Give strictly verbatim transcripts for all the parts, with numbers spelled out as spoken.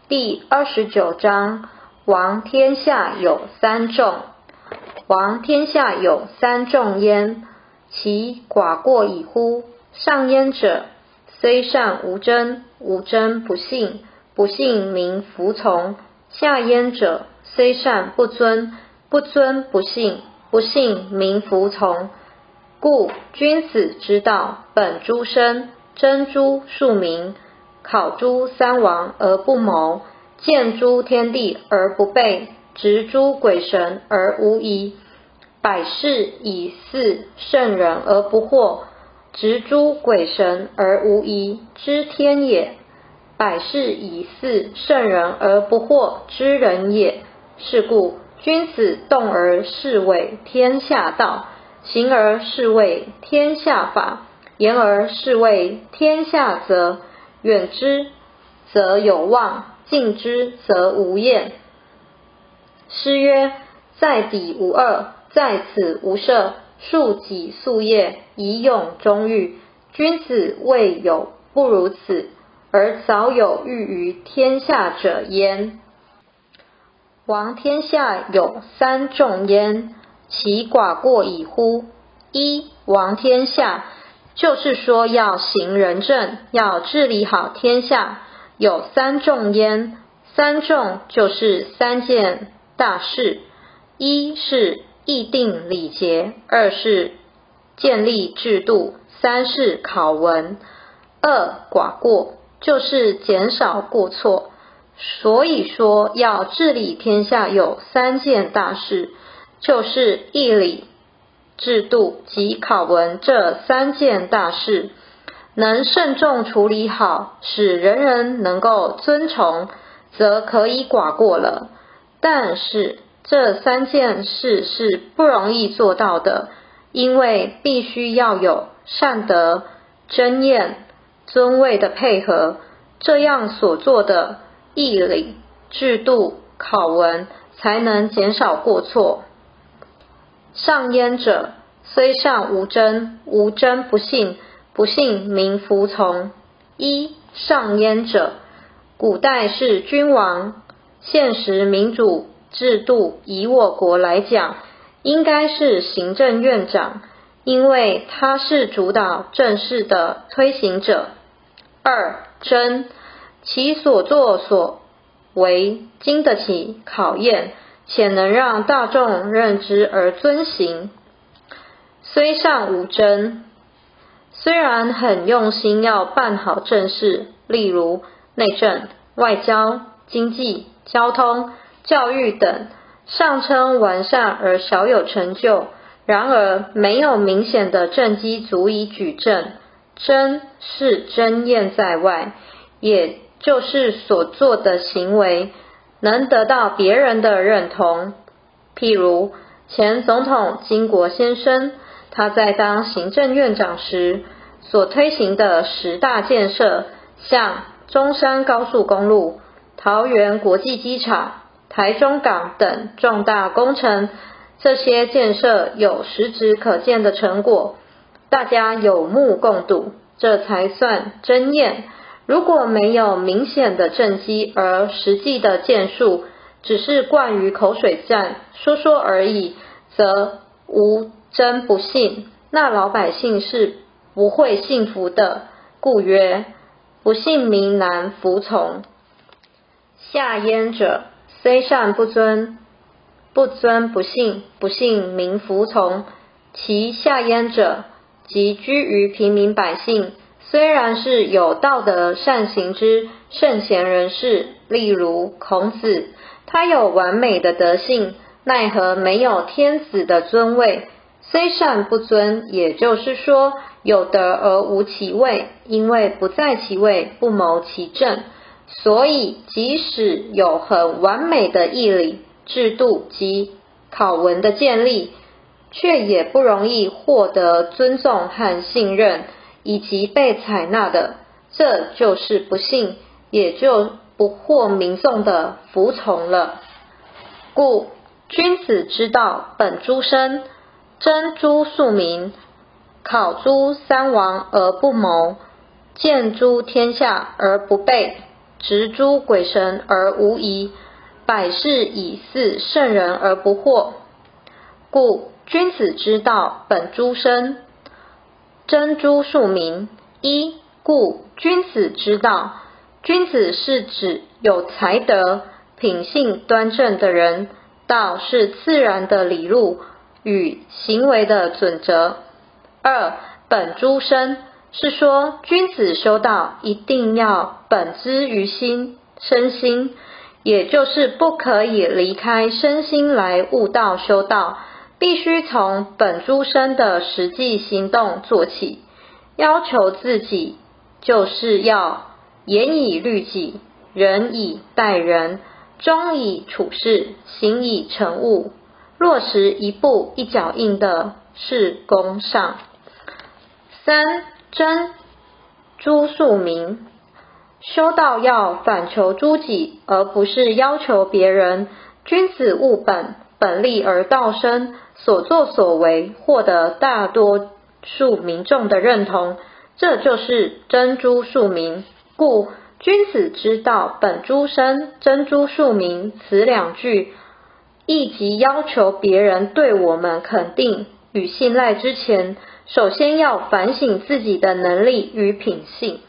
第二十九章，王天下有三众。王天下有三众焉，其寡过矣乎？上焉者，虽善无争，无争不信，不信民服从；下焉者，虽善不尊，不尊不信，不信民服从。故君子之道，本诸生，征诸庶民，考诸三王而不谋，见诸天地而不悖，执诸鬼神而无疑。百世以似圣人而不惑，执诸鬼神而无疑，知天也。百世以似圣人而不惑，知人也。是故君子动而视为天下道，行而视为天下法，言而视为天下则。远之则有望，近之则无厌。诗曰：在彼无二，在此无涉，庶几夙夜，以永终欲。君子未有不如此，而早有欲于天下者焉。王天下有三众焉，其寡过矣乎？一、王天下，就是说要行仁政，要治理好天下，有三众焉。三众就是三件大事，一是议定礼节，二是建立制度，三是考文。二、寡过，就是减少过错。所以说要治理天下有三件大事，就是议礼、制度及考文这三件大事，能慎重处理好，使人人能够遵从，则可以寡过了。但是这三件事是不容易做到的，因为必须要有善德、真验、尊位的配合，这样所做的议礼、制度、考文才能减少过错。上焉者，虽善无争，无争不信，不信民服从。一、上焉者，古代是君王，现实民主制度以我国来讲，应该是行政院长，因为他是主导政事的推行者。二、真，其所作所为经得起考验，且能让大众认知而遵行。虽善无争，虽然很用心要办好政事，例如内政、外交、经济、交通、教育等，上称完善而小有成就，然而没有明显的政绩足以举证。真是真验在外，也就是所做的行为能得到别人的认同。譬如前总统经国先生，他在当行政院长时所推行的十大建设，像中山高速公路、桃园国际机场、台中港等重大工程，这些建设有实质可见的成果，大家有目共睹，这才算真验。如果没有明显的政绩而实际的建树，只是惯于口水战，说说而已，则无真不信，那老百姓是不会信服的。故曰：不信民难服从。下焉者，虽善不尊，不尊不信，不信民服从。其下焉者，即居于平民百姓，虽然是有道德善行之圣贤人士，例如孔子，他有完美的德性，奈何没有天子的尊位？虽善不尊，也就是说有德而无其位，因为不在其位，不谋其政。所以即使有很完美的义理、制度及考文的建立，却也不容易获得尊重和信任，以及被采纳的，这就是不信，也就不获民众的服从了。故君子之道，本诸生，征诸庶民，考诸三王而不谋，见诸天下而不悖， 执诸鬼神而无疑，百事以似圣人而不惑。故君子之道本诸身，真诸庶民。一、故君子之道，君子是指有才德、品性端正的人，道是自然的理路与行为的准则。二、本诸身，是说君子修道一定要本之于心身心，也就是不可以离开身心来悟道修道，必须从本诸身的实际行动做起。要求自己就是要严以律己，仁以待人，忠以处事，行以成物，落实一步一脚印的事功上。三、真诸庶民，修道要反求诸己，而不是要求别人。君子务本，本立而道生，所作所为获得大多数民众的认同，这就是真诸庶民。故君子之道本诸身，真诸庶民此两句，亦即要求别人对我们肯定与信赖之前，首先要反省自己的能力与品性。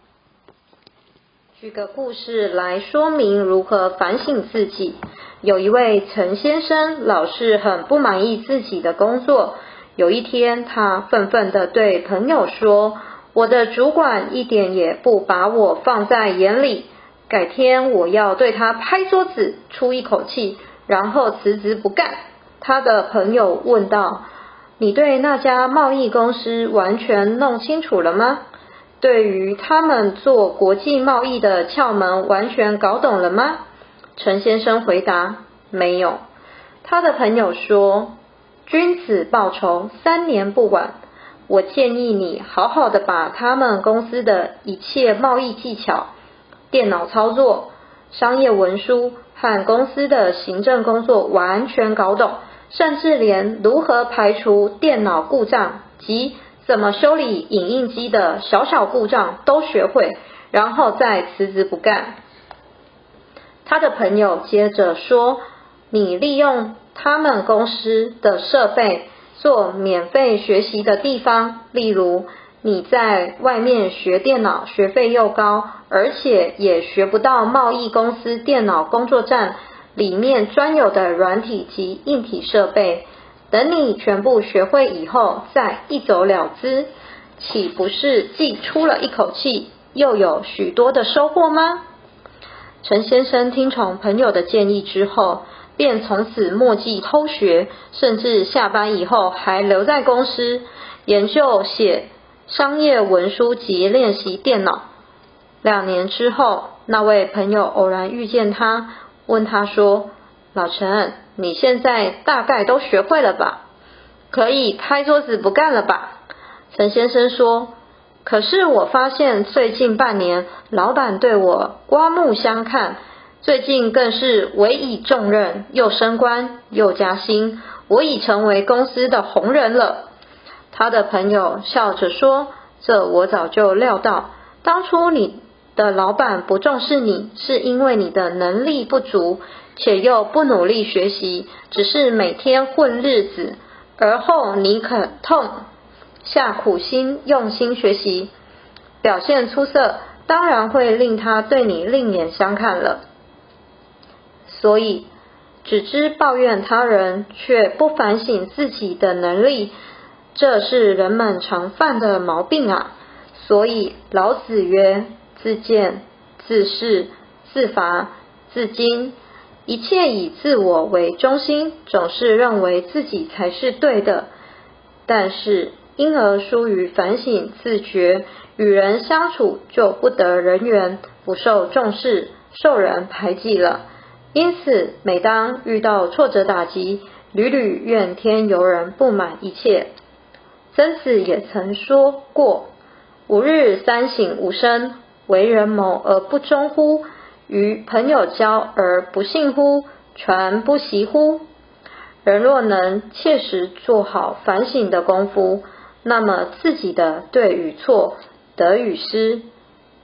举个故事来说明如何反省自己。有一位陈先生，老是很不满意自己的工作。有一天，他愤愤地对朋友说：我的主管一点也不把我放在眼里，改天我要对他拍桌子，出一口气，然后辞职不干。他的朋友问道：你对那家贸易公司完全弄清楚了吗？对于他们做国际贸易的窍门完全搞懂了吗？陈先生回答：没有。他的朋友说：君子报仇，三年不晚。我建议你好好的把他们公司的一切贸易技巧、电脑操作、商业文书和公司的行政工作完全搞懂，甚至连如何排除电脑故障及怎么修理影印机的小小故障都学会，然后再辞职不干。他的朋友接着说：你利用他们公司的设备做免费学习的地方，例如你在外面学电脑学费又高，而且也学不到贸易公司电脑工作站里面专有的软体及硬体设备。等你全部学会以后再一走了之，岂不是既出了一口气，又有许多的收获吗？陈先生听从朋友的建议之后，便从此默记偷学，甚至下班以后还留在公司研究写商业文书及练习电脑。两年之后，那位朋友偶然遇见他，问他说：老陈，你现在大概都学会了吧？可以拍桌子不干了吧？陈先生说：可是我发现最近半年老板对我刮目相看，最近更是委以重任，又升官又加薪，我已成为公司的红人了。他的朋友笑着说：这我早就料到，当初你的老板不重视你，是因为你的能力不足，且又不努力学习，只是每天混日子，而后你肯痛下苦心用心学习，表现出色，当然会令他对你另眼相看了。所以只知抱怨他人，却不反省自己的能力，这是人们常犯的毛病啊。所以老子曰：自见、自是、自罚、自矜，一切以自我为中心，总是认为自己才是对的，但是因而疏于反省自觉，与人相处就不得人缘，不受重视，受人排挤了。因此每当遇到挫折打击，屡屡怨天尤人，不满一切。曾子也曾说过：吾日三省吾身，为人谋而不忠乎？与朋友交而不信乎？传不习乎？人若能切实做好反省的功夫，那么自己的对与错、得与失，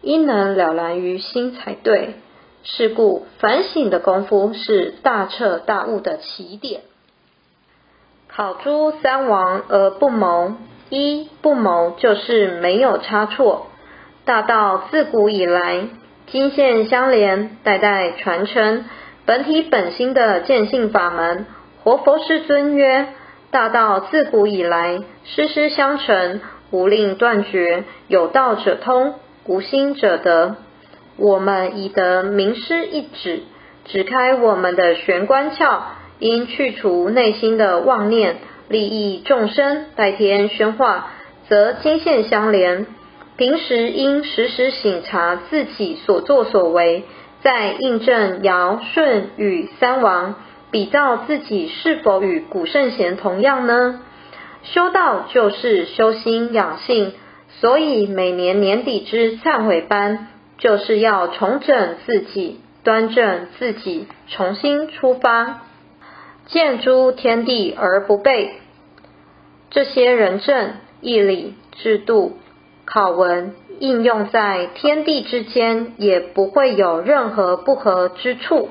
应能了然于心才对。是故反省的功夫是大彻大悟的起点。考诸三王而不谋。一、不谋就是没有差错。大道自古以来，经线相连，代代传承，本体本心的见性法门。活佛世尊曰：大道自古以来，师师相承，无令断绝，有道者通，无心者得。我们已得明师一指，指开我们的玄关窍，应去除内心的妄念，利益众生，代天宣化，则经线相连。平时应时时省察自己所作所为，再印证尧、舜、禹三王，比照自己是否与古圣贤同样呢？修道就是修心养性，所以每年年底之忏悔班，就是要重整自己，端正自己，重新出发，见诸天地而不悖。这些人证、义理、制度、考文应用在天地之间，也不会有任何不合之处。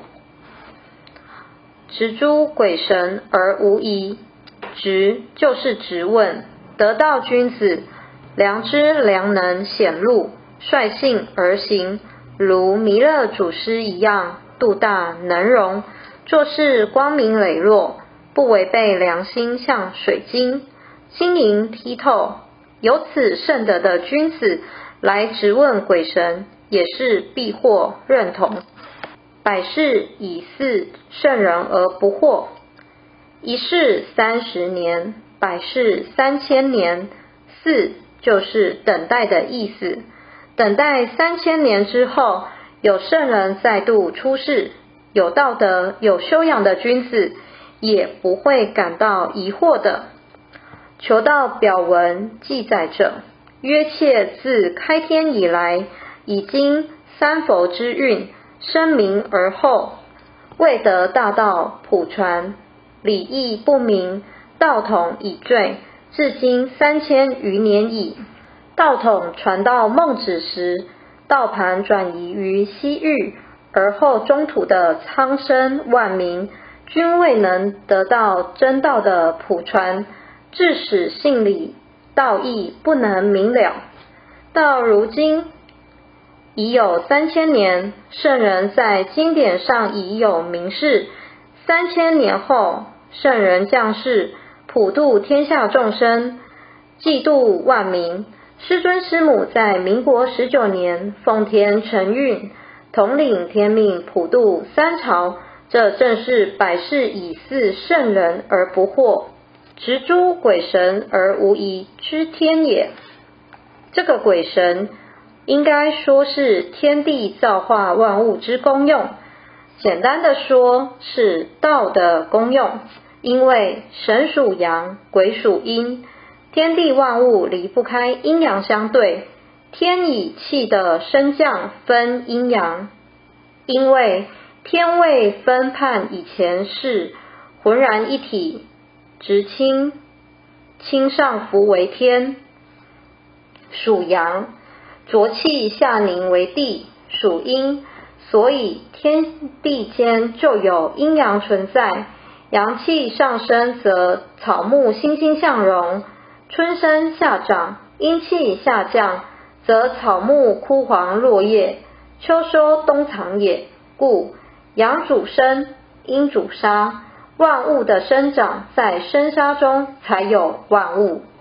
执诸鬼神而无疑。执就是质问，得道君子，良知良能显露，率性而行，如弥勒祖师一样，度大能容，做事光明磊落，不违背良心，像水晶，晶莹剔透。有此圣德的君子来质问鬼神，也是必获认同。百世以似圣人而不惑。一世三十年，百世三千年。似就是等待的意思。等待三千年之后，有圣人再度出世，有道德、有修养的君子也不会感到疑惑的。求道表文记载着，约切自开天以来，已经三佛之运，声明而后，未得大道普传，理义不明，道统已坠，至今三千余年矣。道统传到孟子时，道盘转移于西域，而后中土的苍生万民均未能得到真道的普传，致使信理道义不能明了。到如今已有三千年，圣人在经典上已有明示，三千年后圣人降世，普度天下众生，济度万民。师尊师母在民国十九年奉天承运，统领天命，普度三朝，这正是百世以似圣人而不惑，执诸鬼神而无疑之天也。这个鬼神应该说是天地造化万物之功用，简单的说是道的功用。因为神属阳，鬼属阴，天地万物离不开阴阳相对，天以气的升降分阴阳。因为天位分判以前是浑然一体，直清，清上浮为天，属阳；浊气下凝为地，属阴。所以天地间就有阴阳存在。阳气上升，则草木欣欣向荣，春生夏长；阴气下降，则草木枯黄落叶，秋收冬藏也。故阳主生，阴主杀，万物的生长在生杀中才有万物。